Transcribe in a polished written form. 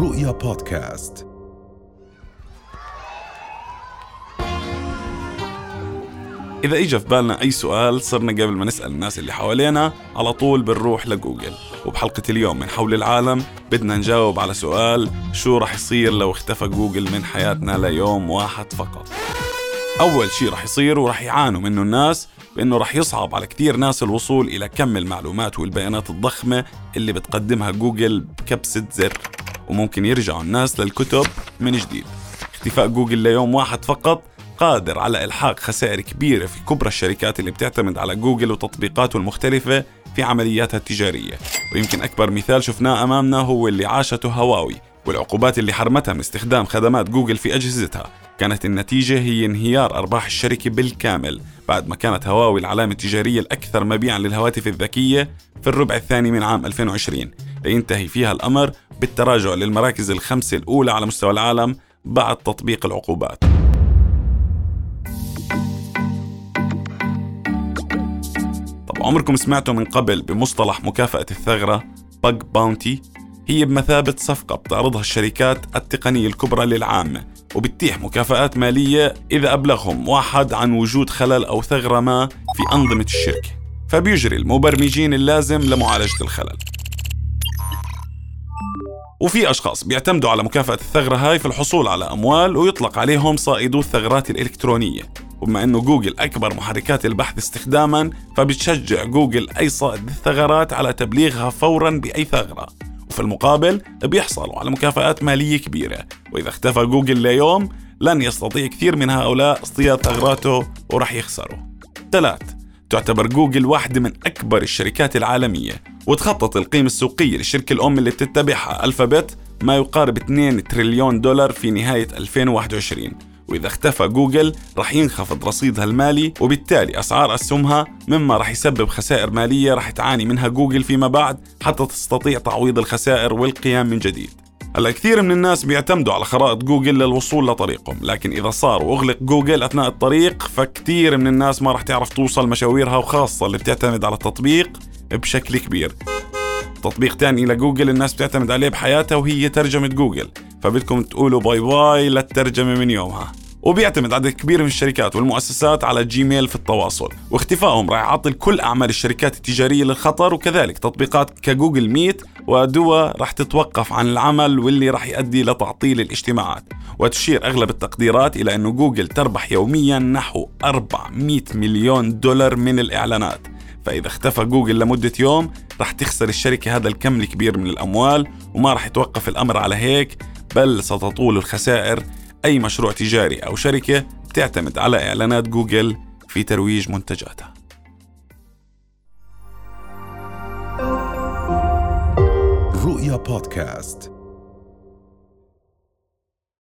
رؤيا بودكاست. إذا إجا في بالنا أي سؤال صرنا قبل ما نسأل الناس اللي حوالينا على طول بنروح لجوجل. وبحلقة اليوم من حول العالم بدنا نجاوب على سؤال: شو رح يصير لو اختفى جوجل من حياتنا ليوم واحد فقط؟ أول شيء رح يصير ورح يعانوا منه الناس بأنه رح يصعب على كثير ناس الوصول إلى كم المعلومات والبيانات الضخمة اللي بتقدمها جوجل بكبسة زر، وممكن يرجعوا الناس للكتب من جديد. اختفاء جوجل ليوم واحد فقط قادر على إلحاق خسائر كبيرة في كبرى الشركات اللي بتعتمد على جوجل وتطبيقاته المختلفة في عملياتها التجارية. ويمكن أكبر مثال شفناه أمامنا هو اللي عاشته هواوي، والعقوبات اللي حرمتها من استخدام خدمات جوجل في أجهزتها. كانت النتيجة هي انهيار أرباح الشركة بالكامل، بعد ما كانت هواوي العلامة التجارية الأكثر مبيعاً للهواتف الذكية في الربع الثاني من عام 2020، لينتهي فيها الأمر بالتراجع للمراكز الخمسة الأولى على مستوى العالم بعد تطبيق العقوبات. طب عمركم سمعتوا من قبل بمصطلح مكافأة الثغرة Bug Bounty؟ هي بمثابة صفقة بتعرضها الشركات التقنية الكبرى للعامة، وبتتيح مكافآت مالية إذا أبلغهم واحد عن وجود خلل أو ثغرة ما في أنظمة الشركة، فبيجري المبرمجين اللازم لمعالجة الخلل. وفي أشخاص بيعتمدوا على مكافأة الثغرة هاي في الحصول على أموال، ويطلق عليهم صائدو الثغرات الإلكترونية. وبما أنه جوجل أكبر محركات البحث استخداماً، فبتشجع جوجل أي صائد الثغرات على تبليغها فوراً بأي ثغرة، وفي المقابل بيحصلوا على مكافآت مالية كبيرة. وإذا اختفى جوجل ليوم لن يستطيع كثير من هؤلاء اصطياد ثغراته ورح يخسروا. 3. تعتبر جوجل واحدة من أكبر الشركات العالمية، وتخطط القيمة السوقية للشركة الأم اللي بتتبعها ألفابت ما يقارب 2 تريليون دولار في نهاية 2021. وإذا اختفى جوجل رح ينخفض رصيدها المالي، وبالتالي أسعار أسهمها، مما رح يسبب خسائر مالية رح تعاني منها جوجل فيما بعد حتى تستطيع تعويض الخسائر والقيام من جديد. هلا كثير من الناس بيعتمدوا على خرائط جوجل للوصول لطريقهم، لكن إذا صار وأغلق جوجل أثناء الطريق فكتير من الناس ما رح تعرف توصل مشاويرها، وخاصة اللي بتعتمد على التطبيق بشكل كبير. تطبيق تاني لجوجل الناس بتعتمد عليه بحياتها وهي ترجمة جوجل، فبدكم تقولوا باي باي للترجمة من يومها. وبيعتمد عدد كبير من الشركات والمؤسسات على جيميل في التواصل، واختفائهم راح يعطل كل أعمال الشركات التجارية للخطر. وكذلك تطبيقات كجوجل ميت ودوا راح تتوقف عن العمل، واللي راح يؤدي لتعطيل الاجتماعات. وتشير أغلب التقديرات إلى أنه جوجل تربح يوميا نحو 400 مليون دولار من الإعلانات. فإذا اختفى جوجل لمدة يوم رح تخسر الشركة هذا الكم الكبير من الأموال، وما رح يتوقف الأمر على هيك، بل ستطول الخسائر أي مشروع تجاري أو شركة بتعتمد على إعلانات جوجل في ترويج منتجاتها. رؤيا بودكاست.